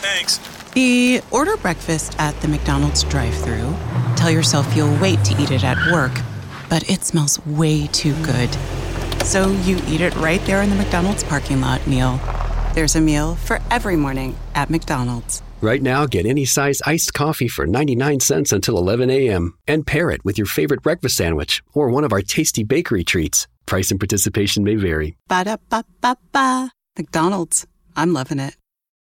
Thanks. Order breakfast at the McDonald's drive-thru. Tell yourself you'll wait to eat it at work, but it smells way too good. So you eat it right there in the McDonald's parking lot meal. There's a meal for every morning at McDonald's. Right now, get any size iced coffee for 99 cents until 11 a.m. And pair it with your favorite breakfast sandwich or one of our tasty bakery treats. Price and participation may vary. Ba-da-ba-ba-ba. McDonald's. I'm loving it.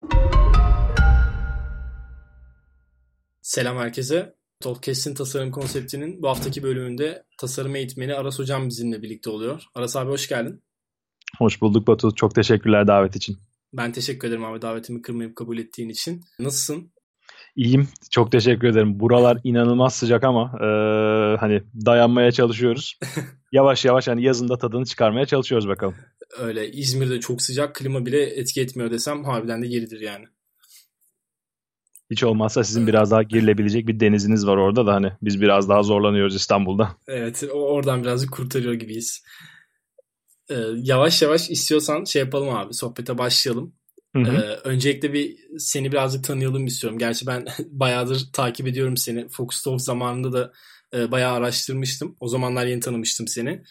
Selam herkese. Talkcast'in tasarım konseptinin bu haftaki bölümünde tasarım eğitmeni Aras Hocam bizimle birlikte oluyor. Aras abi hoş geldin. Hoş bulduk Batu. Çok teşekkürler davet için. Ben teşekkür ederim abi davetimi kırmayıp kabul ettiğin için. Nasılsın? İyiyim. Çok teşekkür ederim. Buralar inanılmaz sıcak ama hani dayanmaya çalışıyoruz. Yavaş yavaş hani yazın da tadını çıkarmaya çalışıyoruz bakalım. Öyle İzmir'de çok sıcak, klima bile etki etmiyor desem harbiden de yeridir yani. Hiç olmazsa sizin biraz daha girilebilecek bir deniziniz var orada da hani biz biraz daha zorlanıyoruz İstanbul'da. Evet, oradan birazcık kurtarıyor gibiyiz. Yavaş yavaş istiyorsan şey yapalım abi, sohbete başlayalım. Öncelikle seni birazcık tanıyalım istiyorum. Gerçi ben bayağıdır takip ediyorum seni. Focus Talk zamanında da bayağı araştırmıştım. O zamanlar yeni tanımıştım seni.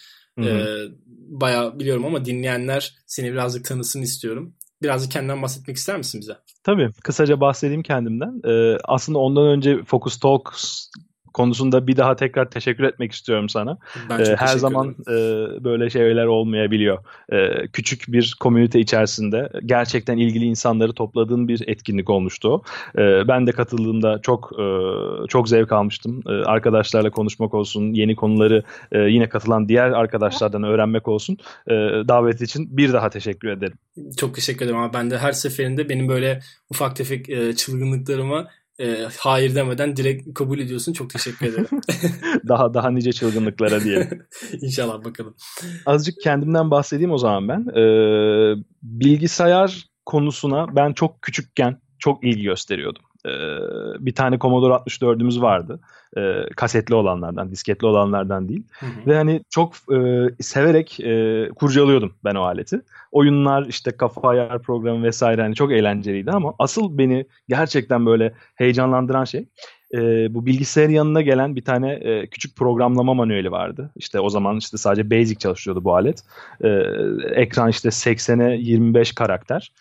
Bayağı biliyorum ama dinleyenler seni birazcık tanısın istiyorum. Birazcık kendinden bahsetmek ister misin bize? Tabii. Kısaca bahsedeyim kendimden. Aslında ondan önce Focus Talks konusunda bir daha tekrar teşekkür etmek istiyorum sana. Her zaman böyle şeyler olmayabiliyor. Küçük bir komünite içerisinde gerçekten ilgili insanları topladığın bir etkinlik olmuştu o. Ben de katıldığımda çok zevk almıştım. Arkadaşlarla konuşmak olsun, yeni konuları yine katılan diğer arkadaşlardan öğrenmek olsun. Davet için bir daha teşekkür ederim. Çok teşekkür ederim abi. Ben de her seferinde benim böyle ufak tefek çılgınlıklarıma hayır demeden direkt kabul ediyorsun. Çok teşekkür ederim. daha nice çılgınlıklara diyelim. İnşallah bakalım. Azıcık kendimden bahsedeyim o zaman ben. Bilgisayar konusuna ben çok küçükken çok ilgi gösteriyordum. Bir tane Commodore 64'ümüz vardı. Kasetli olanlardan, disketli olanlardan değil. Ve hani çok severek kurcalıyordum ben o aleti. Oyunlar, işte kafa ayar programı vesaire hani çok eğlenceliydi ama asıl beni gerçekten böyle heyecanlandıran şey bu bilgisayarın yanına gelen bir tane küçük programlama manueli vardı. İşte o zaman işte sadece Basic çalışıyordu bu alet. Ekran işte 80'e 25 karakter.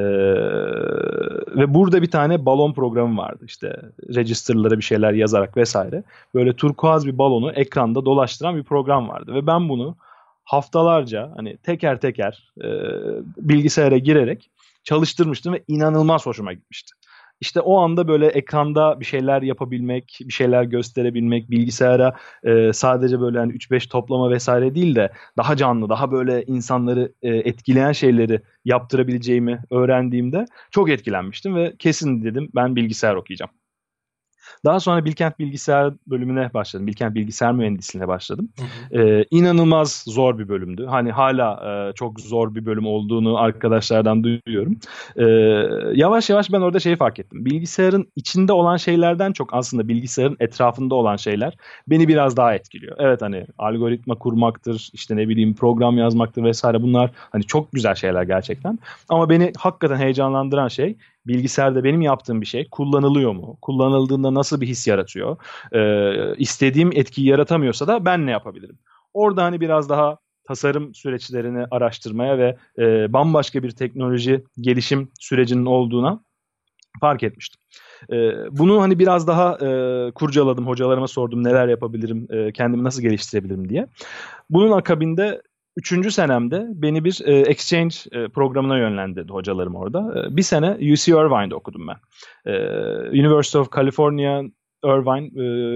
Ve burada bir tane balon programı vardı. İşte register'lara bir şeyler yazarak vesaire. Böyle turkuaz bir balonu ekranda dolaştıran bir program vardı. Ve ben bunu haftalarca hani teker teker bilgisayara girerek çalıştırmıştım ve inanılmaz hoşuma gitmişti. İşte o anda böyle ekranda bir şeyler yapabilmek, bir şeyler gösterebilmek, bilgisayara sadece böyle hani 3-5 toplama vesaire değil de daha canlı, daha böyle insanları etkileyen şeyleri yaptırabileceğimi öğrendiğimde çok etkilenmiştim ve kesin dedim ben bilgisayar okuyacağım. Daha sonra Bilkent Bilgisayar bölümüne başladım. Bilkent Bilgisayar Mühendisliğine başladım. İnanılmaz zor bir bölümdü. Hani hala çok zor bir bölüm olduğunu arkadaşlardan duyuyorum. Yavaş yavaş ben orada şeyi fark ettim. Bilgisayarın içinde olan şeylerden çok aslında bilgisayarın etrafında olan şeyler beni biraz daha etkiliyor. Evet hani algoritma kurmaktır, işte ne bileyim program yazmaktır vesaire bunlar hani çok güzel şeyler gerçekten. Ama beni hakikaten heyecanlandıran şey bilgisayarda benim yaptığım bir şey kullanılıyor mu? Kullanıldığında nasıl bir his yaratıyor? İstediğim etkiyi yaratamıyorsa da ben ne yapabilirim? Orada hani biraz daha tasarım süreçlerini araştırmaya ve bambaşka bir teknoloji gelişim sürecinin olduğuna fark etmiştim. Bunu hani biraz daha kurcaladım, hocalarıma sordum neler yapabilirim, kendimi nasıl geliştirebilirim diye. Bunun akabinde 3. senemde beni bir exchange programına yönlendirdi hocalarım orada. Bir sene UC Irvine'de okudum ben. University of California Irvine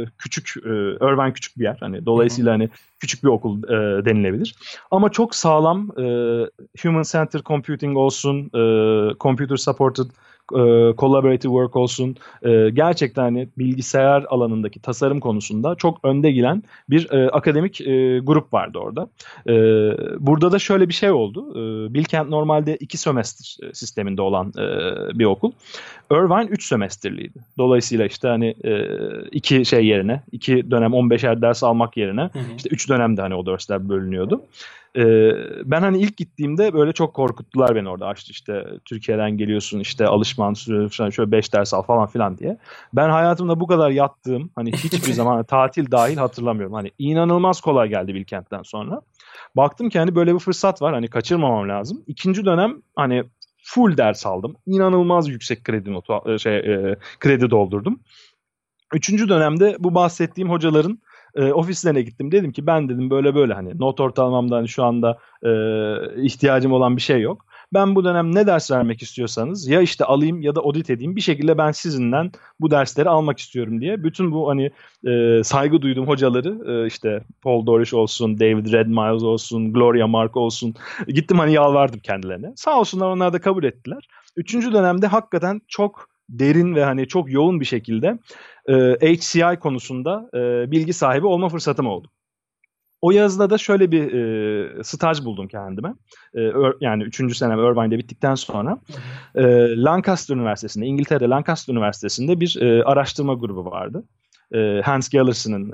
Irvine küçük bir yer. Hani dolayısıyla hani küçük bir okul denilebilir. Ama çok sağlam human centered computing olsun, computer supported collaborative work olsun, gerçekten hani bilgisayar alanındaki tasarım konusunda çok önde gelen bir akademik grup vardı orada. Burada da şöyle bir şey oldu. Bilkent normalde 2 sömestr sisteminde olan bir okul. Irvine 3 sömestrliydi. Dolayısıyla işte hani 2 dönem 15'er ders almak yerine işte 3 dönemde hani o dersler bölünüyordu. Ben hani ilk gittiğimde böyle çok korkuttular beni orada. İşte Türkiye'den geliyorsun, işte alışman sürüyor, şöyle 5 ders al falan filan diye. Ben hayatımda bu kadar yattığım, hani hiçbir zaman tatil dahil hatırlamıyorum. Hani inanılmaz kolay geldi Bilkent'ten sonra. Baktım ki hani böyle bir fırsat var, hani kaçırmamam lazım. İkinci dönem hani full ders aldım. İnanılmaz yüksek kredi doldurdum. Üçüncü dönemde bu bahsettiğim hocaların ofislerine gittim. Dedim ki ben dedim böyle hani not ortalamamdan şu anda ihtiyacım olan bir şey yok. Ben bu dönem ne ders vermek istiyorsanız ya işte alayım ya da audit edeyim. Bir şekilde ben sizinden bu dersleri almak istiyorum diye. Bütün bu hani saygı duyduğum hocaları işte Paul Dorish olsun, David Red Miles olsun, Gloria Mark olsun. Gittim hani yalvardım kendilerine. Sağ olsunlar, onlar da kabul ettiler. Üçüncü dönemde hakikaten çok derin ve hani çok yoğun bir şekilde HCI konusunda bilgi sahibi olma fırsatım oldu. O yazıda da şöyle bir staj buldum kendime. Yani 3. senem Irvine'de bittikten sonra Lancaster Üniversitesi'nde, İngiltere'de Lancaster Üniversitesi'nde bir araştırma grubu vardı. Hans Gallerson'ın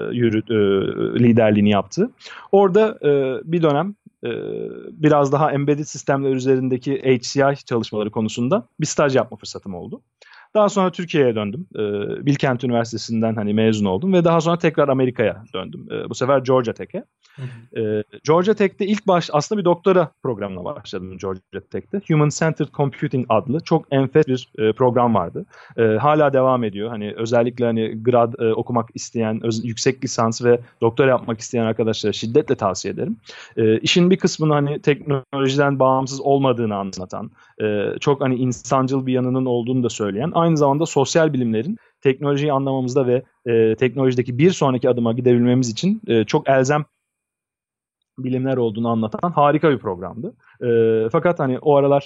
liderliğini yaptığı. Orada bir dönem biraz daha embedded sistemler üzerindeki HCI çalışmaları konusunda bir staj yapma fırsatım oldu. Daha sonra Türkiye'ye döndüm. Bilkent Üniversitesi'nden hani mezun oldum ve daha sonra tekrar Amerika'ya döndüm. Bu sefer Georgia Tech'e. Georgia Tech'te aslında bir doktora programına başladım Georgia Tech'te. Human Centered Computing adlı çok enfes bir program vardı. Hala devam ediyor. Hani özellikle hani grad okumak isteyen, yüksek lisans ve doktora yapmak isteyen arkadaşlara şiddetle tavsiye ederim. İşin bir kısmını hani teknolojiden bağımsız olmadığını anlatan, çok hani insancıl bir yanının olduğunu da söyleyen, aynı zamanda sosyal bilimlerin teknolojiyi anlamamızda ve teknolojideki bir sonraki adıma gidebilmemiz için çok elzem bilimler olduğunu anlatan harika bir programdı. Fakat hani o aralar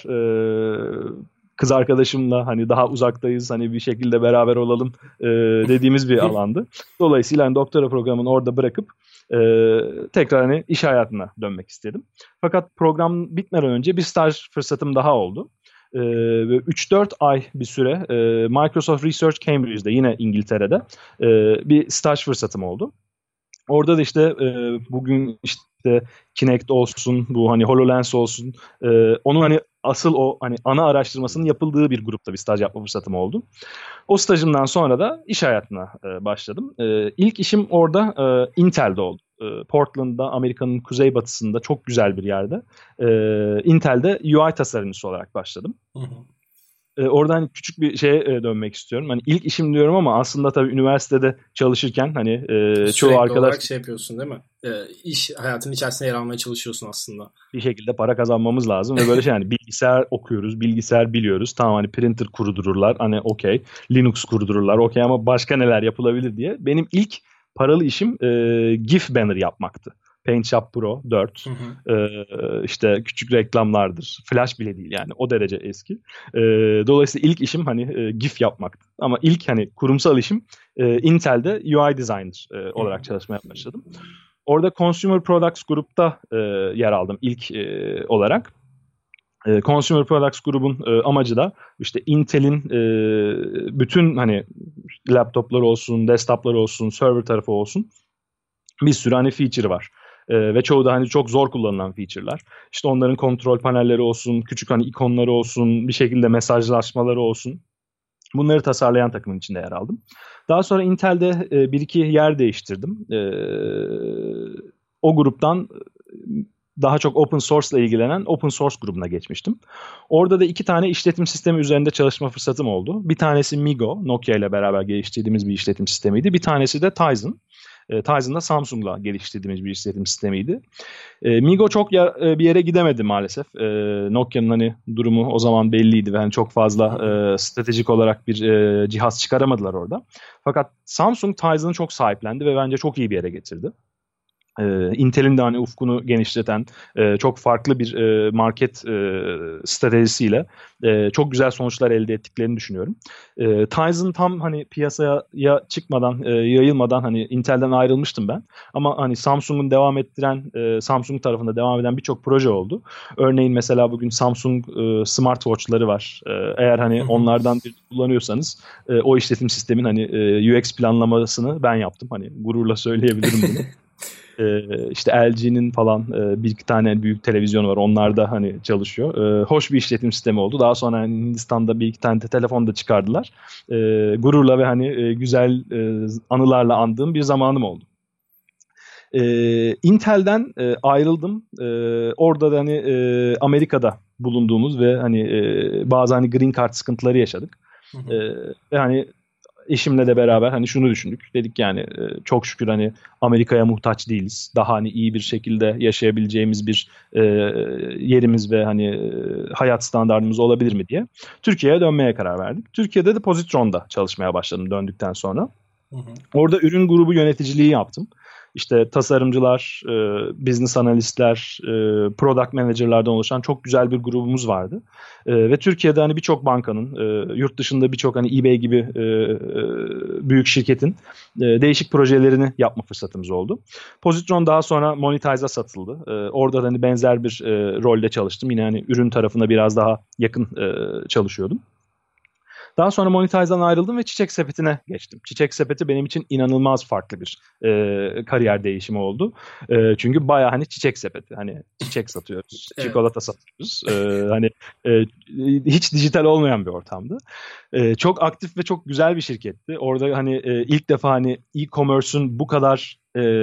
kız arkadaşımla hani daha uzaktayız, hani bir şekilde beraber olalım dediğimiz bir alandı. Dolayısıyla hani doktora programını orada bırakıp tekrar hani iş hayatına dönmek istedim. Fakat program bitmeden önce bir staj fırsatım daha oldu. 3-4 ay bir süre Microsoft Research Cambridge'de, yine İngiltere'de bir staj fırsatım oldu. Orada da işte bugün işte Kinect olsun, bu hani HoloLens olsun, onun hani asıl o hani ana araştırmasının yapıldığı bir grupta bir staj yapma fırsatım oldu. O stajımdan sonra da iş hayatına başladım. İlk işim orada Intel'de oldu. Portland'da, Amerika'nın kuzeybatısında çok güzel bir yerde. Intel'de UI tasarımcısı olarak başladım. Hı hı. Oradan küçük bir şeye dönmek istiyorum. Hani ilk işim diyorum ama aslında tabii üniversitede çalışırken hani çoğu arkadaş... olarak şey yapıyorsun değil mi? İş hayatının içerisinde yer almaya çalışıyorsun aslında. Bir şekilde para kazanmamız lazım ve böyle şey yani bilgisayar okuyoruz, bilgisayar biliyoruz. Tamam hani printer kurdururlar, hani okey. Linux kurdururlar, okey, ama başka neler yapılabilir diye. Benim ilk paralı işim GIF banner yapmaktı. PaintShop Pro 4. Hı hı. İşte küçük reklamlardır. Flash bile değil yani, o derece eski. Dolayısıyla ilk işim hani GIF yapmaktı. Ama ilk hani kurumsal işim Intel'de UI designer olarak çalışmaya başladım. Orada Consumer Products Group'ta yer aldım ilk olarak. Consumer Products grubun amacı da işte Intel'in bütün hani laptopları olsun, desktopları olsun, server tarafı olsun bir sürü hani feature var. Ve çoğu da hani çok zor kullanılan feature'lar. İşte onların kontrol panelleri olsun, küçük hani ikonları olsun, bir şekilde mesajlaşmaları olsun. Bunları tasarlayan takımın içinde yer aldım. Daha sonra Intel'de bir iki yer değiştirdim. O gruptan daha çok open source ile ilgilenen open source grubuna geçmiştim. Orada da 2 tane işletim sistemi üzerinde çalışma fırsatım oldu. Bir tanesi MiGo, Nokia ile beraber geliştirdiğimiz bir işletim sistemiydi. Bir tanesi de Tizen. Tizen'da Samsung'la geliştirdiğimiz bir işletim sistemiydi. MiGo çok bir yere gidemedi maalesef. Nokia'nın hani durumu o zaman belliydi ve hani çok fazla stratejik olarak bir cihaz çıkaramadılar orada. Fakat Samsung Tizen'ı çok sahiplendi ve bence çok iyi bir yere getirdi. Intel'in de hani ufkunu genişleten çok farklı bir market stratejisiyle çok güzel sonuçlar elde ettiklerini düşünüyorum. Tizen tam hani piyasaya çıkmadan, yayılmadan hani Intel'den ayrılmıştım ben. Ama hani Samsung'un Samsung tarafında devam eden birçok proje oldu. Örneğin mesela bugün Samsung smartwatch'ları var. Eğer hani onlardan bir kullanıyorsanız o işletim sistemin hani UX planlamasını ben yaptım. Hani gururla söyleyebilirim bunu. İşte LG'nin falan bir iki tane büyük televizyonu var. Onlar da hani çalışıyor. Hoş bir işletim sistemi oldu. Daha sonra hani Hindistan'da bir iki tane de telefon da çıkardılar. Gururla ve hani güzel anılarla andığım bir zamanım oldu. Intel'den ayrıldım. Orada da hani Amerika'da bulunduğumuz ve hani bazı hani green card sıkıntıları yaşadık. Ve hani eşimle de beraber hani şunu düşündük. Dedik yani çok şükür hani Amerika'ya muhtaç değiliz. Daha hani iyi bir şekilde yaşayabileceğimiz bir yerimiz ve hani hayat standartımız olabilir mi diye Türkiye'ye dönmeye karar verdik. Türkiye'de de Positron'da çalışmaya başladım döndükten sonra. Orada ürün grubu yöneticiliği yaptım. İşte tasarımcılar, business analistler, product manager'lardan oluşan çok güzel bir grubumuz vardı. Ve Türkiye'de hani birçok bankanın, yurt dışında birçok hani eBay gibi büyük şirketin değişik projelerini yapma fırsatımız oldu. Positron daha sonra Monetize'a satıldı. Orada hani benzer bir rolde çalıştım. Yine hani ürün tarafına biraz daha yakın çalışıyordum. Daha sonra Monetize'dan ayrıldım ve Çiçek Sepeti'ne geçtim. Çiçek Sepeti benim için inanılmaz farklı bir kariyer değişimi oldu. Çünkü bayağı hani Çiçek Sepeti. Hani çiçek satıyoruz, çikolata satıyoruz. Hani hiç dijital olmayan bir ortamdı. Çok aktif ve çok güzel bir şirketti. Orada hani ilk defa hani e-commerce'un bu kadar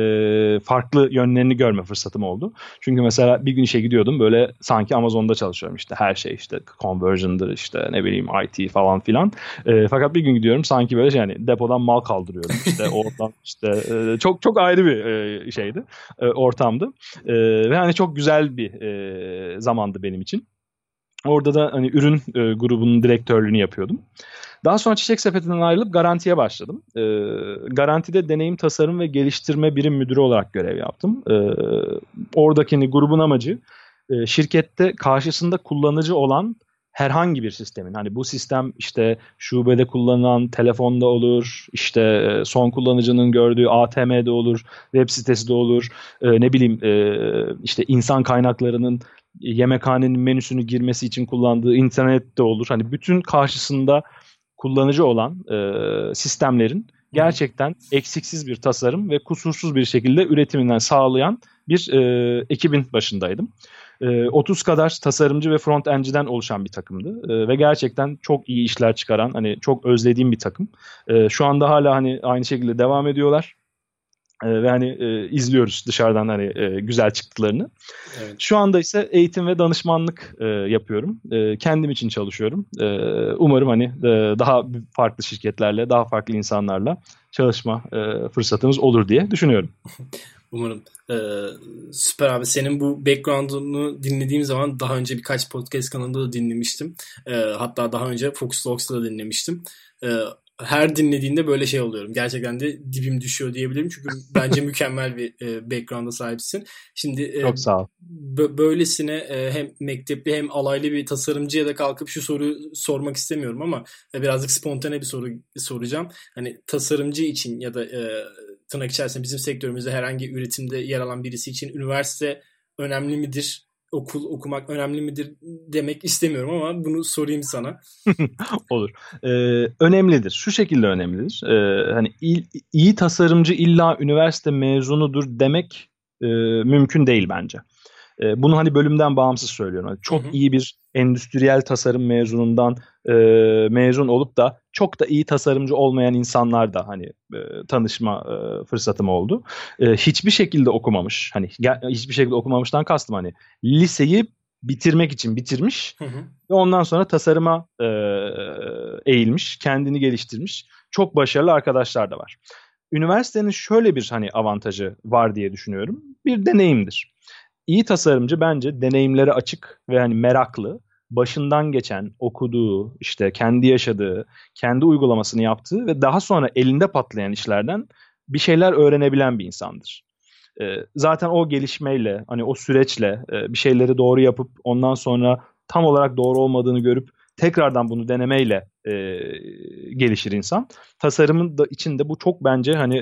farklı yönlerini görme fırsatım oldu. Çünkü mesela bir gün işe gidiyordum böyle sanki Amazon'da çalışıyorum işte her şey işte conversion'dır işte ne bileyim IT falan filan. Fakat bir gün gidiyorum sanki böyle yani depodan mal kaldırıyorum işte oradan işte çok çok ayrı bir şeydi ortamdı. Ve hani çok güzel bir zamandı benim için. Orada da hani ürün grubunun direktörlüğünü yapıyordum. Daha sonra Çiçek Sepeti'nden ayrılıp Garanti'ye başladım. Garanti'de deneyim, tasarım ve geliştirme birim müdürü olarak görev yaptım. Oradaki hani, grubun amacı şirkette karşısında kullanıcı olan herhangi bir sistemin. Hani bu sistem işte şubede kullanılan telefonda olur, işte son kullanıcının gördüğü ATM'de olur, web sitesi de olur, ne bileyim işte insan kaynaklarının yemekhanenin menüsünü girmesi için kullandığı internet de olur. Hani bütün karşısında kullanıcı olan sistemlerin gerçekten eksiksiz bir tasarım ve kusursuz bir şekilde üretiminden sağlayan bir ekibin başındaydım. 30 kadar tasarımcı ve front-end'ciden oluşan bir takımdı. Ve gerçekten çok iyi işler çıkaran, hani çok özlediğim bir takım. Şu anda hala hani aynı şekilde devam ediyorlar. Ve hani izliyoruz dışarıdan hani güzel çıktılarını. Evet. Şu anda ise eğitim ve danışmanlık yapıyorum. Kendim için çalışıyorum. Umarım hani daha farklı şirketlerle, daha farklı insanlarla çalışma fırsatımız olur diye düşünüyorum. Umarım. Süper abi. Senin bu background'unu dinlediğim zaman daha önce birkaç podcast kanalında da dinlemiştim. Hatta daha önce Focus Talks'ta da dinlemiştim. Her dinlediğinde böyle şey oluyorum. Gerçekten de dibim düşüyor diyebilirim. Çünkü bence mükemmel bir background'a sahipsin. Şimdi çok sağ ol. Böylesine hem mektepli hem alaylı bir tasarımcıya da kalkıp şu soruyu sormak istemiyorum ama birazcık spontane bir soru soracağım. Hani tasarımcı için ya da tırnak içerisinde bizim sektörümüzde herhangi üretimde yer alan birisi için üniversite önemli midir? Okul okumak önemli midir demek istemiyorum ama bunu sorayım sana. Olur. Önemlidir. Şu şekilde önemlidir. Hani iyi tasarımcı illa üniversite mezunudur demek mümkün değil bence. Bunu hani bölümden bağımsız söylüyorum. Yani çok iyi bir endüstriyel tasarım mezunundan mezun olup da çok da iyi tasarımcı olmayan insanlar da hani tanışma fırsatım oldu. Hiçbir şekilde okumamış. Hani hiçbir şekilde okumamıştan kastım hani liseyi bitirmek için bitirmiş ve ondan sonra tasarıma eğilmiş, kendini geliştirmiş. Çok başarılı arkadaşlar da var. Üniversitenin şöyle bir hani avantajı var diye düşünüyorum. Bir deneyimdir. İyi tasarımcı bence deneyimlere açık ve hani meraklı, başından geçen, okuduğu, işte kendi yaşadığı, kendi uygulamasını yaptığı ve daha sonra elinde patlayan işlerden bir şeyler öğrenebilen bir insandır. Zaten o gelişmeyle, hani o süreçle bir şeyleri doğru yapıp ondan sonra tam olarak doğru olmadığını görüp tekrardan bunu denemeyle gelişir insan. Tasarımın da içinde bu çok bence hani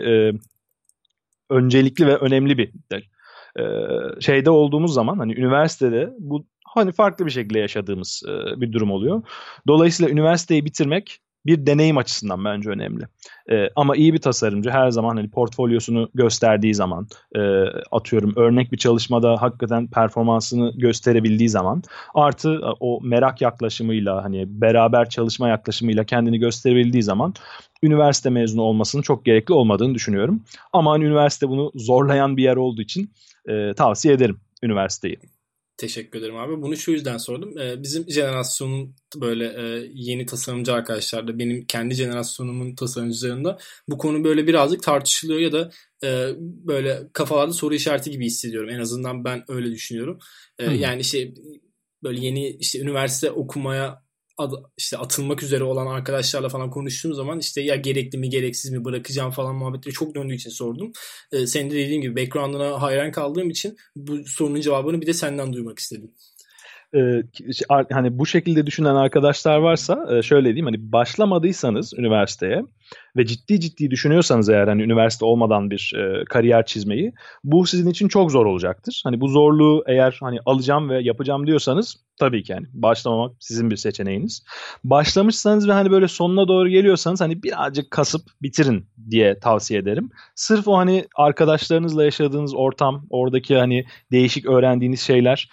öncelikli ve önemli bir del. Şeyde olduğumuz zaman hani üniversitede bu hani farklı bir şekilde yaşadığımız bir durum oluyor. Dolayısıyla üniversiteyi bitirmek bir deneyim açısından bence önemli. Ama iyi bir tasarımcı her zaman hani portfolyosunu gösterdiği zaman, atıyorum örnek bir çalışmada hakikaten performansını gösterebildiği zaman, artı o merak yaklaşımıyla, hani beraber çalışma yaklaşımıyla kendini gösterebildiği zaman üniversite mezunu olmasının çok gerekli olmadığını düşünüyorum. Ama hani üniversite bunu zorlayan bir yer olduğu için tavsiye ederim üniversiteyi. Teşekkür ederim abi. Bunu şu yüzden sordum. Bizim jenerasyonun böyle yeni tasarımcı arkadaşlar da, benim kendi jenerasyonumun tasarımcılarında bu konu böyle birazcık tartışılıyor ya da böyle kafalarda soru işareti gibi hissediyorum. En azından ben öyle düşünüyorum. Yani işte böyle yeni işte üniversite okumaya işte atılmak üzere olan arkadaşlarla falan konuştuğum zaman işte ya gerekli mi gereksiz mi bırakacağım falan muhabbetleri çok döndüğü için sordum. Senin de dediğin gibi background'ına hayran kaldığım için bu sorunun cevabını bir de senden duymak istedim. Hani bu şekilde düşünen arkadaşlar varsa şöyle diyeyim, hani başlamadıysanız üniversiteye ve ciddi düşünüyorsanız eğer hani üniversite olmadan bir kariyer çizmeyi, bu sizin için çok zor olacaktır. Hani bu zorluğu eğer hani alacağım ve yapacağım diyorsanız tabii ki hani başlamamak sizin bir seçeneğiniz. Başlamışsanız ve hani böyle sonuna doğru geliyorsanız hani birazcık kasıp bitirin diye tavsiye ederim. Sırf o hani arkadaşlarınızla yaşadığınız ortam, oradaki hani değişik öğrendiğiniz şeyler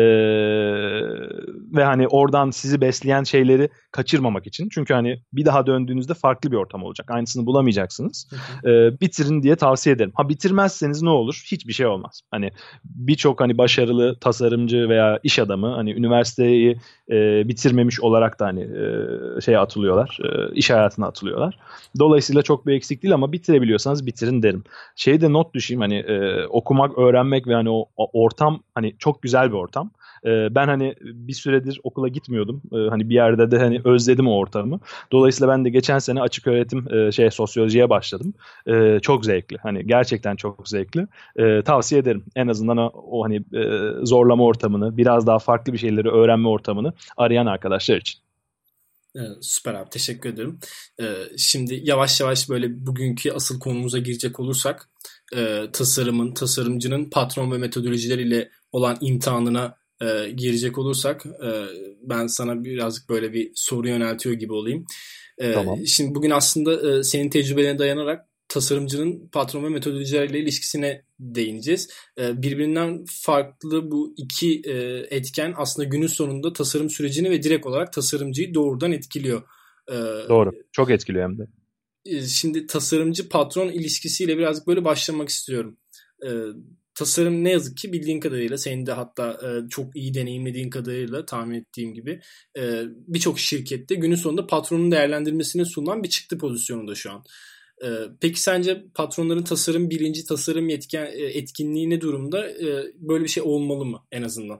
ve hani oradan sizi besleyen şeyleri kaçırmamak için. Çünkü hani bir daha döndüğünüzde farklı bir ortam olacak. Aynısını bulamayacaksınız. Bitirin diye tavsiye ederim. Ha bitirmezseniz ne olur? Hiçbir şey olmaz. Hani birçok hani başarılı tasarımcı veya iş adamı hani üniversiteyi bitirmemiş olarak da hani şeye atılıyorlar. İş hayatına atılıyorlar. Dolayısıyla çok bir eksik değil ama bitirebiliyorsanız bitirin derim. Şeyi de not düşeyim, hani okumak, öğrenmek ve hani o ortam hani çok güzel bir ortam. Ben hani bir süredir okula gitmiyordum. Hani bir yerde de hani özledim o ortamı. Dolayısıyla ben de geçen sene açık öğretim sosyolojiye başladım. Çok zevkli. Hani gerçekten çok zevkli. Tavsiye ederim. En azından o hani zorlama ortamını, biraz daha farklı bir şeyleri öğrenme ortamını arayan arkadaşlar için. Süper abi, teşekkür ederim. Şimdi yavaş yavaş böyle bugünkü asıl konumuza girecek olursak, tasarımcının patron ve metodolojileriyle olan imtihanına girecek olursak, ben sana birazcık böyle bir soru yöneltiyor gibi olayım. Tamam. Şimdi bugün aslında senin tecrübelerine dayanarak tasarımcının patron ve metodolojileriyle ilişkisine değineceğiz. Birbirinden farklı bu iki etken aslında günün sonunda tasarım sürecini ve direkt olarak tasarımcıyı doğrudan etkiliyor. Doğru. Çok etkiliyor hem de. Şimdi tasarımcı patron ilişkisiyle birazcık böyle başlamak istiyorum. Tasarım ne yazık ki bildiğin kadarıyla, senin de hatta çok iyi deneyimlediğin kadarıyla tahmin ettiğim gibi birçok şirkette günün sonunda patronun değerlendirmesine sunulan bir çıktı pozisyonunda şu an. Peki sence patronların tasarım bilinci, tasarım etkinliği ne durumda? Böyle bir şey olmalı mı en azından?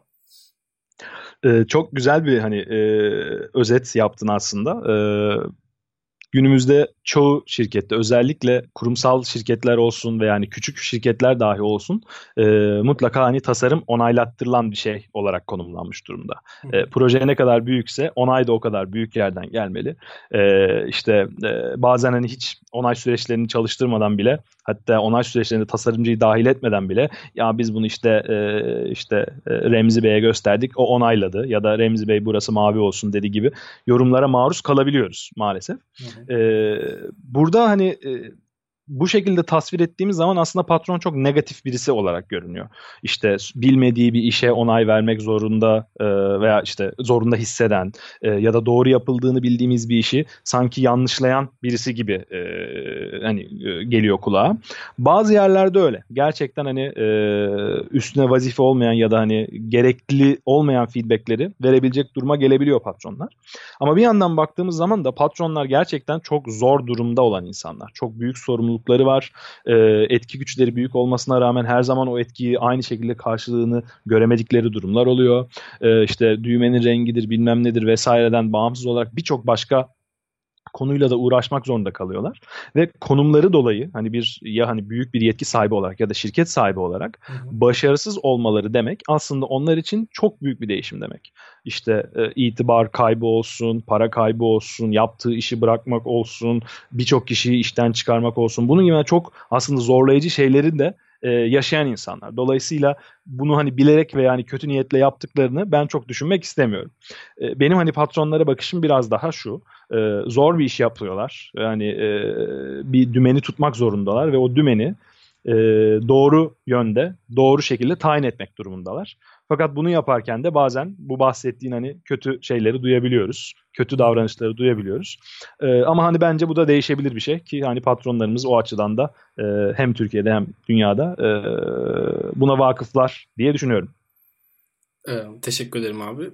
Çok güzel bir hani özet yaptın aslında. Günümüzde çoğu şirkette, özellikle kurumsal şirketler olsun ve yani küçük şirketler dahi olsun, mutlaka hani tasarım onaylattırılan bir şey olarak konumlanmış durumda. Proje ne kadar büyükse onay da o kadar büyük yerden gelmeli. Bazen hani hiç onay süreçlerini çalıştırmadan bile, hatta onay süreçlerinde tasarımcıyı dahil etmeden bile, ya biz bunu Remzi Bey'e gösterdik, o onayladı ya da Remzi Bey burası mavi olsun dedi gibi yorumlara maruz kalabiliyoruz maalesef. Burada hani bu şekilde tasvir ettiğimiz zaman aslında patron çok negatif birisi olarak görünüyor. İşte bilmediği bir işe onay vermek zorunda veya işte zorunda hisseden ya da doğru yapıldığını bildiğimiz bir işi sanki yanlışlayan birisi gibi geliyor kulağa. Bazı yerlerde öyle. Gerçekten hani üstüne vazife olmayan ya da hani gerekli olmayan feedbackleri verebilecek duruma gelebiliyor patronlar. Ama bir yandan baktığımız zaman da patronlar gerçekten çok zor durumda olan insanlar. Çok büyük sorumlulukları var. Etki güçleri büyük olmasına rağmen her zaman o etkiyi aynı şekilde karşılığını göremedikleri durumlar oluyor. İşte düğmenin rengidir, bilmem nedir vesaireden bağımsız olarak birçok başka konuyla da uğraşmak zorunda kalıyorlar ve konumları dolayı hani büyük bir yetki sahibi olarak ya da şirket sahibi olarak başarısız olmaları demek aslında onlar için çok büyük bir değişim demek. İşte itibar kaybı olsun, para kaybı olsun, yaptığı işi bırakmak olsun, birçok kişiyi işten çıkarmak olsun. Bunun gibi çok aslında zorlayıcı şeylerin de yaşayan insanlar. Dolayısıyla bunu hani bilerek veya hani kötü niyetle yaptıklarını ben çok düşünmek istemiyorum. Benim hani patronlara bakışım biraz daha şu. Zor bir iş yapıyorlar. Yani bir dümeni tutmak zorundalar ve o dümeni doğru yönde, doğru şekilde tayin etmek durumundalar. Fakat bunu yaparken de bazen bu bahsettiğin hani kötü şeyleri duyabiliyoruz. Kötü davranışları duyabiliyoruz. Ama hani bence bu da değişebilir bir şey ki hani patronlarımız o açıdan da hem Türkiye'de hem dünyada buna vakıflar diye düşünüyorum. Teşekkür ederim abi.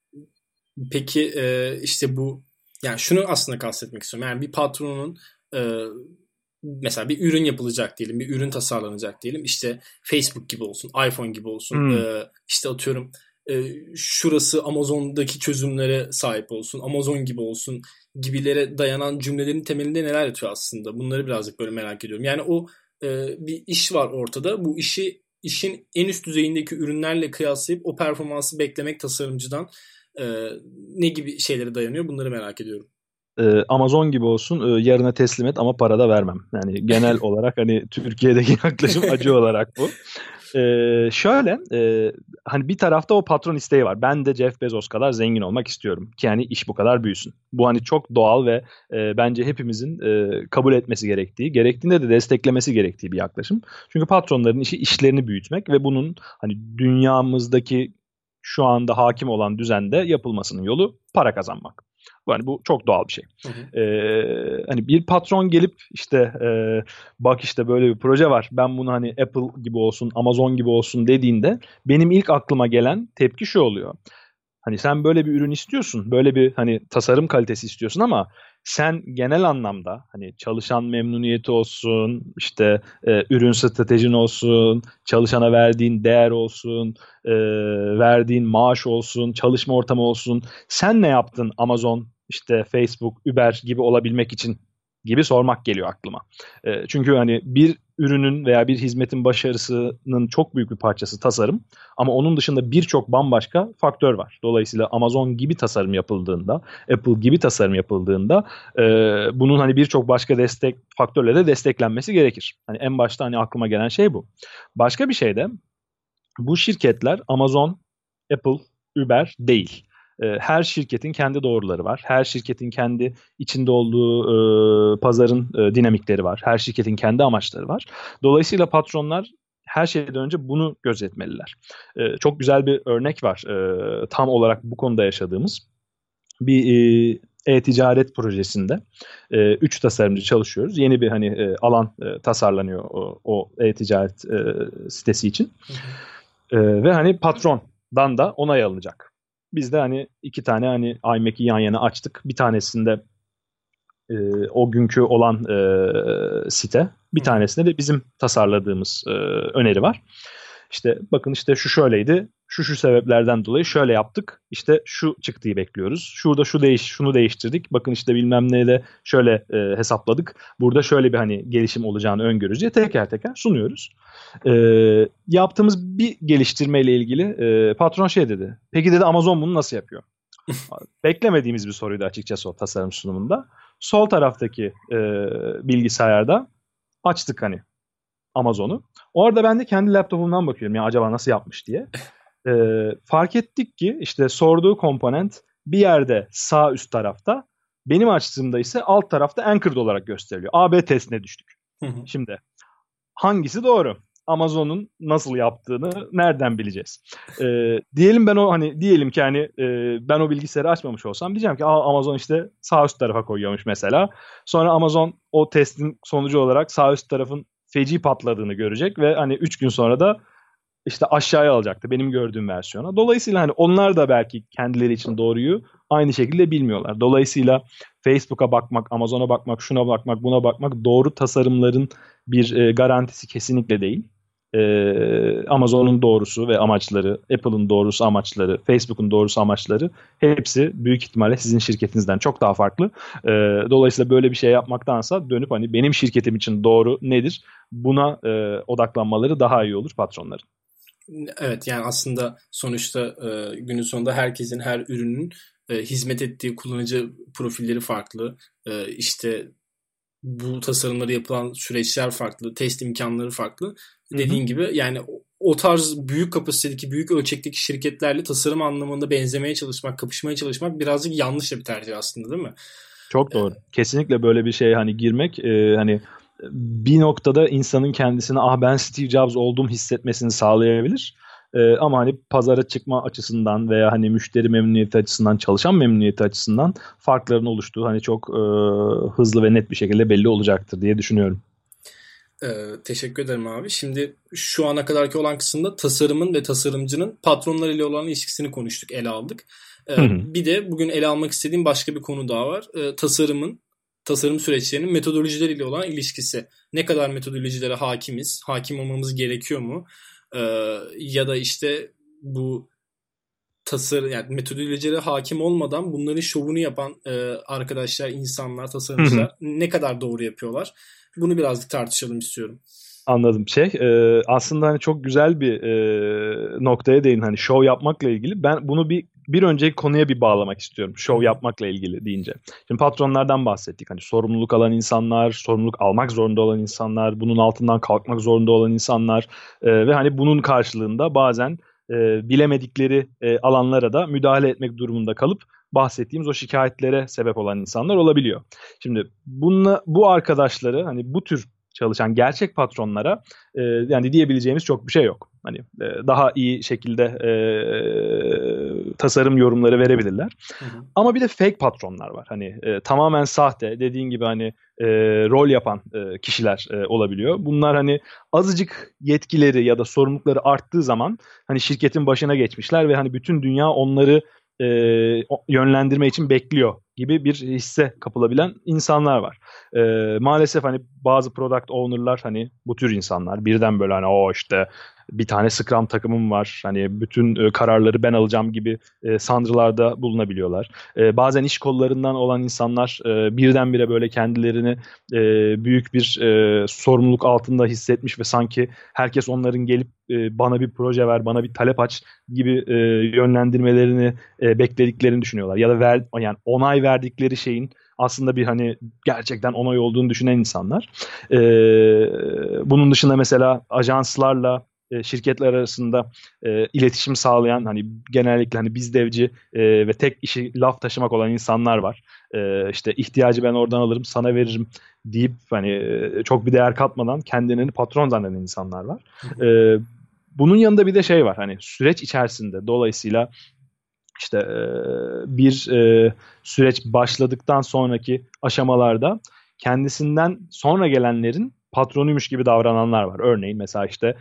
Peki işte bu, yani şunu aslında kastetmek istiyorum. Yani bir patronun mesela bir ürün yapılacak diyelim, bir ürün tasarlanacak diyelim. İşte Facebook gibi olsun, iPhone gibi olsun. İşte atıyorum şurası Amazon'daki çözümlere sahip olsun, Amazon gibi olsun gibilere dayanan cümlelerin temelinde neler yatıyor aslında? Bunları birazcık böyle merak ediyorum. Yani o bir iş var ortada. Bu işin en üst düzeyindeki ürünlerle kıyaslayıp o performansı beklemek tasarımcıdan ne gibi şeylere dayanıyor? Bunları merak ediyorum. Amazon gibi olsun, yarına teslim et ama para da vermem. Yani genel olarak hani Türkiye'deki yaklaşım acı olarak bu. Şöyle hani bir tarafta o patron isteği var. Ben de Jeff Bezos kadar zengin olmak istiyorum ki hani iş bu kadar büyüsün. Bu hani çok doğal ve bence hepimizin kabul etmesi gerektiğinde de desteklemesi gerektiği bir yaklaşım. Çünkü patronların işi işlerini büyütmek ve bunun hani dünyamızdaki şu anda hakim olan düzende yapılmasının yolu para kazanmak. Yani bu çok doğal bir şey. Hani bir patron gelip işte bak işte böyle bir proje var. Ben bunu hani Apple gibi olsun, Amazon gibi olsun dediğinde benim ilk aklıma gelen tepki şu oluyor. Hani sen böyle bir ürün istiyorsun, böyle bir hani tasarım kalitesi istiyorsun ama sen genel anlamda hani çalışan memnuniyeti olsun, işte ürün stratejin olsun, çalışana verdiğin değer olsun, verdiğin maaş olsun, çalışma ortamı olsun. Sen ne yaptın Amazon, işte Facebook, Uber gibi olabilmek için gibi sormak geliyor aklıma. Çünkü hani bir ürünün veya bir hizmetin başarısının çok büyük bir parçası tasarım. Ama onun dışında birçok bambaşka faktör var. Dolayısıyla Amazon gibi tasarım yapıldığında, Apple gibi tasarım yapıldığında bunun hani birçok başka faktörle de desteklenmesi gerekir. Hani en başta hani aklıma gelen şey bu. Başka bir şey de bu şirketler Amazon, Apple, Uber değil. Her şirketin kendi doğruları var. Her şirketin kendi içinde olduğu pazarın dinamikleri var. Her şirketin kendi amaçları var. Dolayısıyla patronlar her şeyden önce bunu gözetmeliler. Çok güzel bir örnek var tam olarak bu konuda yaşadığımız. Bir e-ticaret projesinde 3 tasarımcı çalışıyoruz. Yeni bir hani alan tasarlanıyor o e-ticaret sitesi için. Ve hani patrondan da onay alınacak. Biz de hani 2 tane hani iMac'i yan yana açtık. Bir tanesinde o günkü olan site, bir tanesinde de bizim tasarladığımız öneri var. İşte bakın işte şu şöyleydi, şu sebeplerden dolayı şöyle yaptık. İşte şu çıktıyı bekliyoruz. Şurada şunu değiştirdik. Bakın işte bilmem neyle şöyle hesapladık. Burada şöyle bir hani gelişim olacağını öngörüyoruz diye teker teker sunuyoruz. Yaptığımız bir geliştirmeyle ilgili patron şey dedi. Peki dedi Amazon bunu nasıl yapıyor? Beklemediğimiz bir soruydu açıkçası o tasarım sunumunda. Sol taraftaki bilgisayarda açtık hani Amazon'u. Orada ben de kendi laptopumdan bakıyorum ya acaba nasıl yapmış diye. Fark ettik ki işte sorduğu komponent bir yerde sağ üst tarafta, benim açtığımda ise alt tarafta anchored olarak gösteriliyor. A/B testine düştük. Şimdi hangisi doğru? Amazon'un nasıl yaptığını nereden bileceğiz? Diyelim ki hani ben o bilgisayarı açmamış olsam diyeceğim ki Amazon işte sağ üst tarafa koyuyormuş mesela. Sonra Amazon o testin sonucu olarak sağ üst tarafın feci patladığını görecek ve hani 3 gün sonra da işte aşağıya alacaktı benim gördüğüm versiyona. Dolayısıyla hani onlar da belki kendileri için doğruyu aynı şekilde bilmiyorlar. Dolayısıyla Facebook'a bakmak, Amazon'a bakmak, şuna bakmak, buna bakmak doğru tasarımların bir garantisi kesinlikle değil. Amazon'un doğrusu ve amaçları, Apple'ın doğrusu amaçları, Facebook'un doğrusu amaçları hepsi büyük ihtimalle sizin şirketinizden çok daha farklı. Dolayısıyla böyle bir şey yapmaktansa dönüp hani benim şirketim için doğru nedir? Buna odaklanmaları daha iyi olur patronların. Evet, yani aslında sonuçta günün sonunda herkesin, her ürünün hizmet ettiği kullanıcı profilleri farklı. İşte bu tasarımları yapılan süreçler farklı, test imkanları farklı dediğin gibi yani o tarz büyük kapasitedeki, büyük ölçekteki şirketlerle tasarım anlamında benzemeye çalışmak, kapışmaya çalışmak birazcık yanlış bir tercih aslında, değil mi? Çok doğru. Kesinlikle böyle bir şeye hani girmek hani bir noktada insanın kendisine ben Steve Jobs oldum hissetmesini sağlayabilir. Ama hani pazara çıkma açısından veya hani müşteri memnuniyeti açısından, çalışan memnuniyeti açısından farkların oluştuğu hani çok hızlı ve net bir şekilde belli olacaktır diye düşünüyorum. Teşekkür ederim abi. Şimdi şu ana kadarki olan kısımda tasarımın ve tasarımcının patronlarıyla olan ilişkisini konuştuk, ele aldık. Bir de bugün ele almak istediğim başka bir konu daha var. Tasarım süreçlerinin metodolojileriyle olan ilişkisi. Ne kadar metodolojilere hakimiz? Hakim olmamız gerekiyor mu? Ya da işte bu yani metodolojilere hakim olmadan bunların şovunu yapan arkadaşlar, insanlar, tasarımcılar ne kadar doğru yapıyorlar? Bunu birazcık tartışalım istiyorum. Anladım. Aslında hani çok güzel bir noktaya değin, hani şov yapmakla ilgili. Ben bunu bir önceki konuya bir bağlamak istiyorum. Şov yapmakla ilgili deyince. Şimdi patronlardan bahsettik. Hani sorumluluk alan insanlar, sorumluluk almak zorunda olan insanlar, bunun altından kalkmak zorunda olan insanlar ve hani bunun karşılığında bazen bilemedikleri alanlara da müdahale etmek durumunda kalıp bahsettiğimiz o şikayetlere sebep olan insanlar olabiliyor. Şimdi bu arkadaşları hani bu tür çalışan gerçek patronlara yani diyebileceğimiz çok bir şey yok. Hani daha iyi şekilde tasarım yorumları verebilirler. Ama bir de fake patronlar var. Hani tamamen sahte, dediğin gibi hani rol yapan kişiler olabiliyor. Bunlar hani azıcık yetkileri ya da sorumlulukları arttığı zaman hani şirketin başına geçmişler ve hani bütün dünya onları yönlendirme için bekliyor gibi bir hisse kapılabilen insanlar var. Maalesef hani bazı product owner'lar hani bu tür insanlar birden böyle hani işte bir tane Scrum takımım var, hani bütün kararları ben alacağım gibi sanrılarda bulunabiliyorlar. Bazen iş kollarından olan insanlar birdenbire böyle kendilerini büyük bir sorumluluk altında hissetmiş ve sanki herkes onların gelip bana bir proje ver, bana bir talep aç gibi yönlendirmelerini beklediklerini düşünüyorlar. Ya da yani onay verdikleri şeyin aslında bir hani gerçekten onay olduğunu düşünen insanlar. Bunun dışında mesela ajanslarla şirketler arasında iletişim sağlayan, hani genellikle hani bizdevci ve tek işi laf taşımak olan insanlar var. İşte ihtiyacı ben oradan alırım, sana veririm deyip hani çok bir değer katmadan kendilerini patron zanneden insanlar var. Bunun yanında bir de şey var, hani süreç içerisinde dolayısıyla işte bir süreç başladıktan sonraki aşamalarda kendisinden sonra gelenlerin patronuymuş gibi davrananlar var. Örneğin mesela işte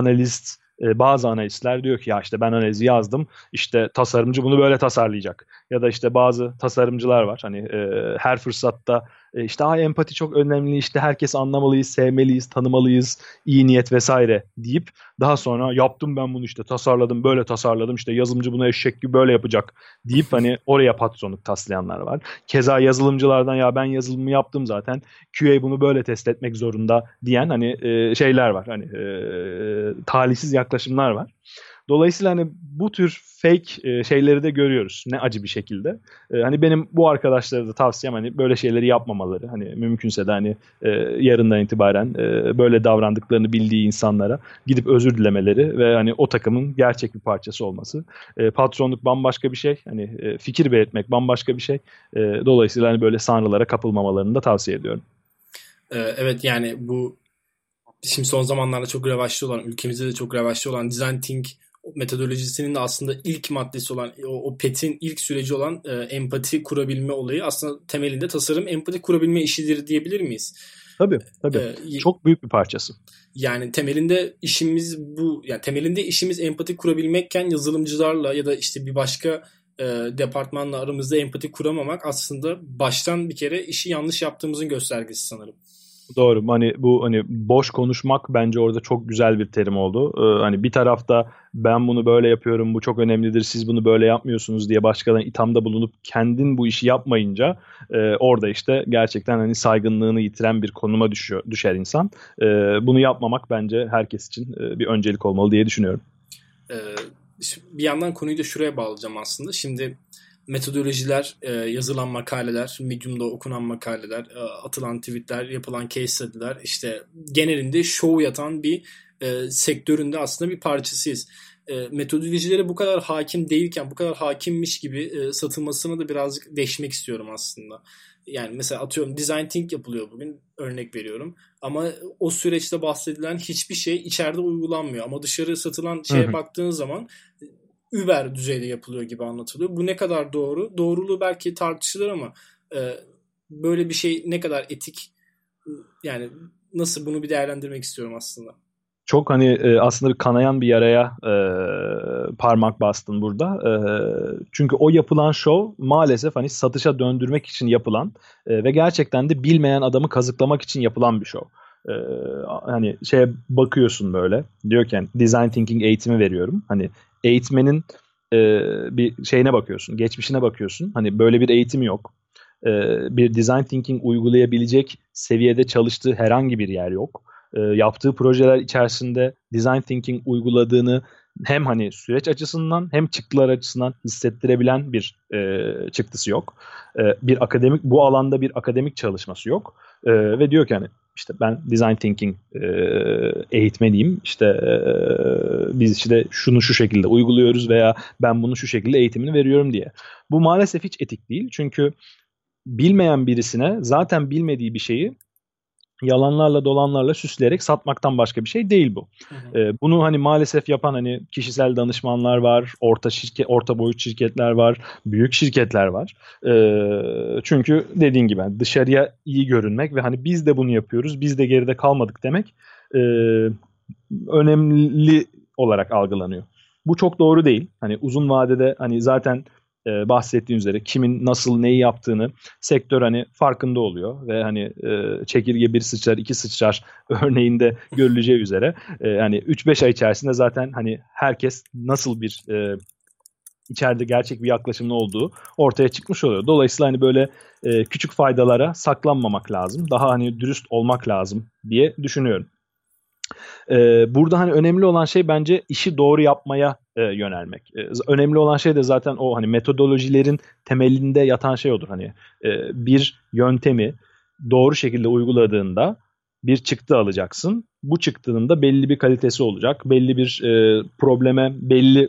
bazı analistler diyor ki ya işte ben analizi yazdım, işte tasarımcı bunu böyle tasarlayacak. Ya da işte bazı tasarımcılar var hani her fırsatta işte empati çok önemli, işte herkesi anlamalıyız, sevmeliyiz, tanımalıyız, iyi niyet vesaire deyip daha sonra yaptım ben bunu, işte tasarladım, böyle tasarladım, işte yazılımcı bunu eşek gibi böyle yapacak deyip hani oraya patronluk taslayanlar var. Keza yazılımcılardan ya ben yazılımı yaptım zaten, QA bunu böyle test etmek zorunda diyen hani şeyler var, hani talihsiz yaklaşımlar var. Dolayısıyla hani bu tür fake şeyleri de görüyoruz. Ne acı bir şekilde. Hani benim bu arkadaşlara da tavsiyem hani böyle şeyleri yapmamaları. Hani mümkünse de hani yarından itibaren böyle davrandıklarını bildiği insanlara gidip özür dilemeleri ve hani o takımın gerçek bir parçası olması. Patronluk bambaşka bir şey. Hani fikir belirtmek bambaşka bir şey. Dolayısıyla hani böyle sanrılara kapılmamalarını da tavsiye ediyorum. Evet, yani bu şimdi son zamanlarda çok revaçlı olan, ülkemizde de çok revaçlı olan Design Thinking metodolojisinin de aslında ilk maddesi olan, o PET'in ilk süreci olan empati kurabilme olayı aslında temelinde tasarım empati kurabilme işidir diyebilir miyiz? Tabii. Çok büyük bir parçası. Yani temelinde işimiz empati kurabilmekken yazılımcılarla ya da işte bir başka departmanla aramızda empati kuramamak aslında baştan bir kere işi yanlış yaptığımızın göstergesi sanırım. Doğru. Hani bu hani boş konuşmak bence orada çok güzel bir terim oldu. Hani bir tarafta ben bunu böyle yapıyorum, bu çok önemlidir, siz bunu böyle yapmıyorsunuz diye başkalarına ithamda bulunup kendin bu işi yapmayınca orada işte gerçekten hani saygınlığını yitiren bir konuma düşer insan. Bunu yapmamak bence herkes için bir öncelik olmalı diye düşünüyorum. Bir yandan konuyu da şuraya bağlayacağım aslında. Şimdi metodolojiler, yazılan makaleler, Medium'da okunan makaleler, atılan tweetler, yapılan case study'ler, işte genelinde şov yatan bir sektöründe aslında bir parçasıyız. Metodolojilere bu kadar hakim değilken bu kadar hakimmiş gibi satılmasını da birazcık deşmek istiyorum aslında. Yani mesela atıyorum design thinking yapılıyor bugün, örnek veriyorum. Ama o süreçte bahsedilen hiçbir şey içeride uygulanmıyor. Ama dışarı satılan şeye baktığın zaman Uber düzeyde yapılıyor gibi anlatılıyor. Bu ne kadar doğru? Doğruluğu belki tartışılır ama böyle bir şey ne kadar etik? Yani nasıl, bunu bir değerlendirmek istiyorum aslında. Çok aslında kanayan bir yaraya parmak bastın burada. Çünkü o yapılan şov maalesef satışa döndürmek için yapılan ve gerçekten de bilmeyen adamı kazıklamak için yapılan bir şov. Şeye bakıyorsun böyle, diyor ki design thinking eğitimi veriyorum. Eğitmenin bir şeyine bakıyorsun, geçmişine bakıyorsun. Böyle bir eğitim yok. Bir design thinking uygulayabilecek seviyede çalıştığı herhangi bir yer yok. Yaptığı projeler içerisinde design thinking uyguladığını hem süreç açısından hem çıktılar açısından hissettirebilen bir çıktısı yok. Bu alanda bir akademik çalışması yok. Ve diyor ki işte ben design thinking eğitmeniyim. Biz şunu şu şekilde uyguluyoruz veya ben bunu şu şekilde eğitimini veriyorum diye. Bu maalesef hiç etik değil. Çünkü bilmeyen birisine zaten bilmediği bir şeyi yalanlarla dolanlarla süsleyerek satmaktan başka bir şey değil bu. Bunu maalesef yapan kişisel danışmanlar var, orta boyut şirketler var, büyük şirketler var. Çünkü dediğin gibi dışarıya iyi görünmek ve biz de bunu yapıyoruz, biz de geride kalmadık demek önemli olarak algılanıyor. Bu çok doğru değil. Uzun vadede zaten bahsettiğim üzere kimin nasıl neyi yaptığını sektör farkında oluyor ve çekirge bir sıçrar iki sıçrar örneğinde görüleceği üzere 3-5 ay içerisinde zaten herkes nasıl bir içeride gerçek bir yaklaşımın olduğu ortaya çıkmış oluyor. Dolayısıyla böyle küçük faydalara saklanmamak lazım. Daha dürüst olmak lazım diye düşünüyorum. Burada önemli olan şey bence işi doğru yapmaya yönelmek. Önemli olan şey de zaten o metodolojilerin temelinde yatan şey odur. Bir yöntemi doğru şekilde uyguladığında bir çıktı alacaksın. Bu çıktının da belli bir kalitesi olacak. Belli bir probleme belli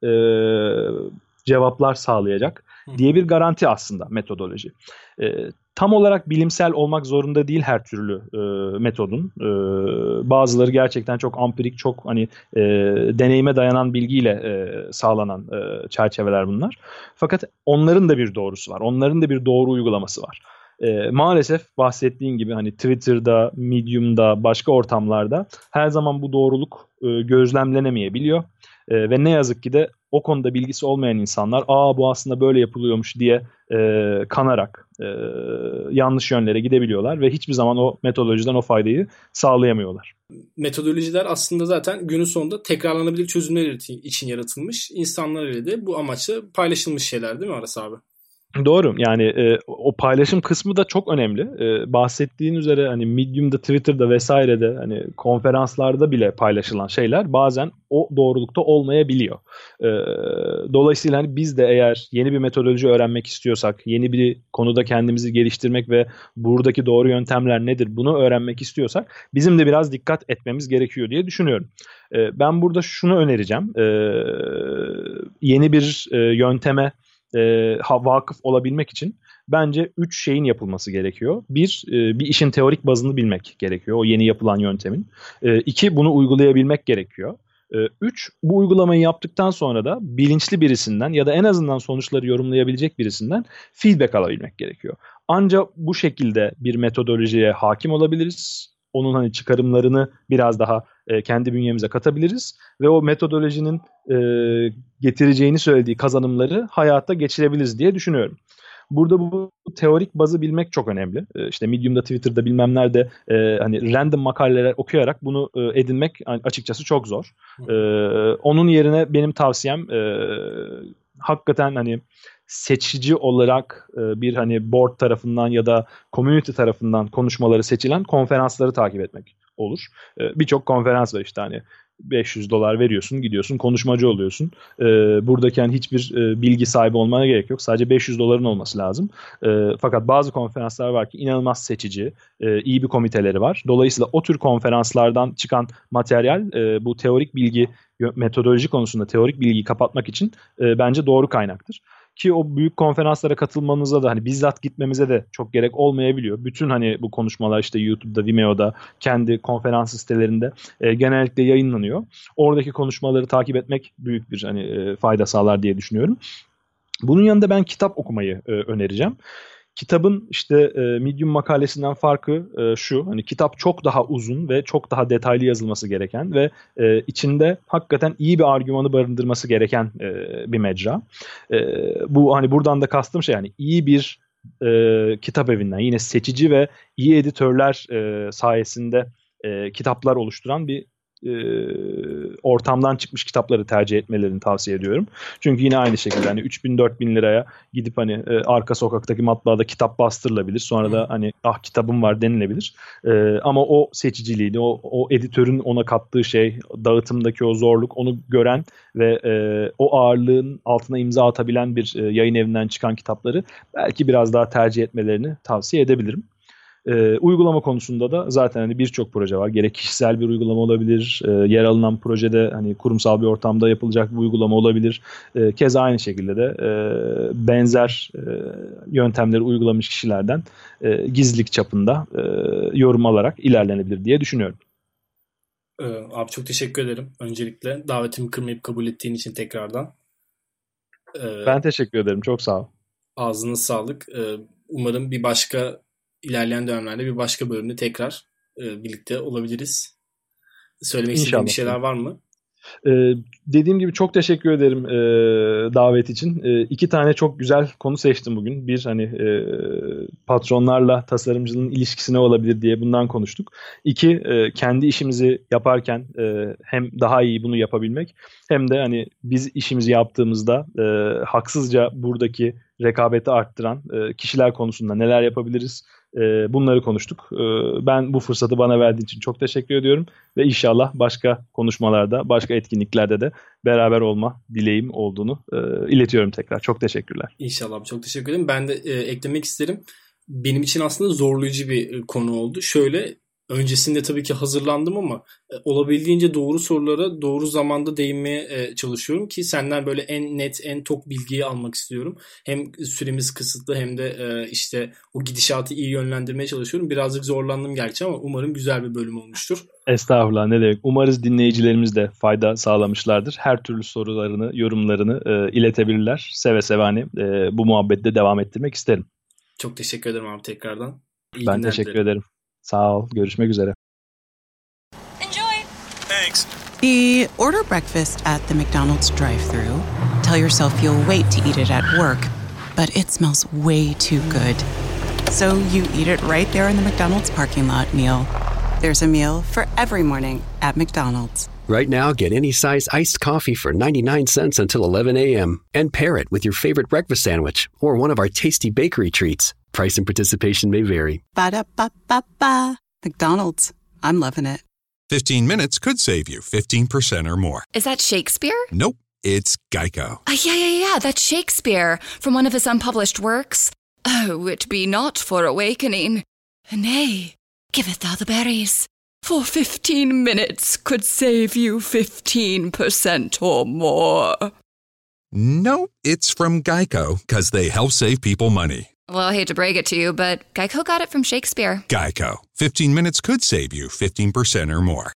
cevaplar sağlayacak diye bir garanti aslında metodoloji. Tam olarak bilimsel olmak zorunda değil her türlü metodun. Bazıları gerçekten çok ampirik, çok deneyime dayanan bilgiyle sağlanan çerçeveler bunlar. Fakat onların da bir doğrusu var. Onların da bir doğru uygulaması var. Maalesef bahsettiğin gibi Twitter'da, Medium'da, başka ortamlarda her zaman bu doğruluk gözlemlenemeyebiliyor. Ve ne yazık ki de o konuda bilgisi olmayan insanlar bu aslında böyle yapılıyormuş diye kanarak yanlış yönlere gidebiliyorlar ve hiçbir zaman o metodolojiden o faydayı sağlayamıyorlar. Metodolojiler aslında zaten günün sonunda tekrarlanabilir çözümler için yaratılmış. İnsanlar ile de bu amaçla paylaşılmış şeyler değil mi Aras abi? Doğru. O paylaşım kısmı da çok önemli. Bahsettiğin üzere Medium'da, Twitter'da vesairede konferanslarda bile paylaşılan şeyler bazen o doğrulukta olmayabiliyor. Dolayısıyla biz de eğer yeni bir metodoloji öğrenmek istiyorsak, yeni bir konuda kendimizi geliştirmek ve buradaki doğru yöntemler nedir bunu öğrenmek istiyorsak bizim de biraz dikkat etmemiz gerekiyor diye düşünüyorum. Ben burada şunu önereceğim. Yeni bir yönteme vakıf olabilmek için bence 3 şeyin yapılması gerekiyor. Bir işin teorik bazını bilmek gerekiyor. O yeni yapılan yöntemin. 2, bunu uygulayabilmek gerekiyor. 3, bu uygulamayı yaptıktan sonra da bilinçli birisinden ya da en azından sonuçları yorumlayabilecek birisinden feedback alabilmek gerekiyor. Ancak bu şekilde bir metodolojiye hakim olabiliriz. Onun çıkarımlarını biraz daha kendi bünyemize katabiliriz ve o metodolojinin getireceğini söylediği kazanımları hayata geçirebiliriz diye düşünüyorum. Burada bu teorik bazı bilmek çok önemli. Medium'da, Twitter'da bilmem nerede random makaleler okuyarak bunu edinmek açıkçası çok zor. Onun yerine benim tavsiyem hakikaten seçici olarak bir board tarafından ya da community tarafından konuşmaları seçilen konferansları takip etmek olur. Birçok konferans var $500 veriyorsun, gidiyorsun, konuşmacı oluyorsun. Buradaki yani hiçbir bilgi sahibi olmana gerek yok. Sadece $500'ın olması lazım. Fakat bazı konferanslar var ki inanılmaz seçici, iyi bir komiteleri var. Dolayısıyla o tür konferanslardan çıkan materyal bu teorik bilgi, metodoloji konusunda teorik bilgiyi kapatmak için bence doğru kaynaktır. Ki o büyük konferanslara katılmanıza da hani bizzat gitmemize de çok gerek olmayabiliyor. Bütün hani bu konuşmalar işte YouTube'da, Vimeo'da, kendi konferans sitelerinde genellikle yayınlanıyor. Oradaki konuşmaları takip etmek büyük bir hani fayda sağlar diye düşünüyorum. Bunun yanında ben kitap okumayı önereceğim. Kitabın işte Medium makalesinden farkı şu, hani kitap çok daha uzun ve çok daha detaylı yazılması gereken ve içinde hakikaten iyi bir argümanı barındırması gereken bir mecra. Bu hani buradan da kastım şey, yani iyi bir kitap evinden, yine seçici ve iyi editörler sayesinde kitaplar oluşturan bir ortamdan çıkmış kitapları tercih etmelerini tavsiye ediyorum. Çünkü yine aynı şekilde hani 3.000-4.000 liraya gidip hani arka sokaktaki matbaada kitap bastırılabilir. Sonra da hani kitabım var denilebilir. Ama o seçiciliğini, o editörün ona kattığı şey, dağıtımdaki o zorluk, onu gören ve o ağırlığın altına imza atabilen bir yayın evinden çıkan kitapları belki biraz daha tercih etmelerini tavsiye edebilirim. Uygulama konusunda da zaten hani birçok proje var. Gerek kişisel bir uygulama olabilir, yer alınan projede hani kurumsal bir ortamda yapılacak bir uygulama olabilir. Keza aynı şekilde de benzer yöntemleri uygulamış kişilerden gizlilik çapında yorum alarak ilerlenebilir diye düşünüyorum. Abi çok teşekkür ederim. Öncelikle davetimi kırmayıp kabul ettiğin için tekrardan. Ben teşekkür ederim. Çok sağ ol. Ağzına sağlık. Umarım ilerleyen dönemlerde bir başka bölümde tekrar birlikte olabiliriz. Söylemek istediğin bir şeyler var mı? Dediğim gibi çok teşekkür ederim davet için. 2 tane çok güzel konu seçtim bugün. Bir hani patronlarla tasarımcının ilişkisi ne olabilir diye bundan konuştuk. 2 kendi işimizi yaparken hem daha iyi bunu yapabilmek hem de hani biz işimizi yaptığımızda haksızca buradaki rekabeti arttıran kişiler konusunda neler yapabiliriz? Bunları konuştuk. Ben bu fırsatı bana verdiğin için çok teşekkür ediyorum ve inşallah başka konuşmalarda, başka etkinliklerde de beraber olma dileğim olduğunu iletiyorum tekrar. Çok teşekkürler. İnşallah, çok teşekkür ederim. Ben de eklemek isterim. Benim için aslında zorlayıcı bir konu oldu. Şöyle, öncesinde tabii ki hazırlandım ama olabildiğince doğru sorulara doğru zamanda değinmeye çalışıyorum ki senden böyle en net, en tok bilgiyi almak istiyorum. Hem süremiz kısıtlı hem de işte o gidişatı iyi yönlendirmeye çalışıyorum. Birazcık zorlandım gerçi ama umarım güzel bir bölüm olmuştur. Estağfurullah, ne demek. Umarız dinleyicilerimiz de fayda sağlamışlardır. Her türlü sorularını, yorumlarını iletebilirler. Seve seve hani bu muhabbette devam ettirmek isterim. Çok teşekkür ederim abi tekrardan. İyi ben teşekkür ederim. Sağ ol. Görüşmek üzere. Enjoy. Thanks. Order breakfast at the McDonald's drive-thru. Tell yourself you'll wait to eat it at work, but it smells way too good. So you eat it right there in the McDonald's parking lot meal. There's a meal for every morning at McDonald's. Right now, get any size iced coffee for 99 cents until 11 a.m. and pair it with your favorite breakfast sandwich or one of our tasty bakery treats. Price and participation may vary. Ba-da-ba-ba-ba. McDonald's. I'm loving it. 15 minutes could save you 15% or more. Is that Shakespeare? Nope, it's Geico. Yeah, that's Shakespeare from one of his unpublished works. Oh, it be not for awakening. Nay, giveth thou the berries. For 15 minutes could save you 15% or more. Nope, it's from Geico, because they help save people money. Well, I hate to break it to you, but Geico got it from Shakespeare. Geico. 15 minutes could save you 15% or more.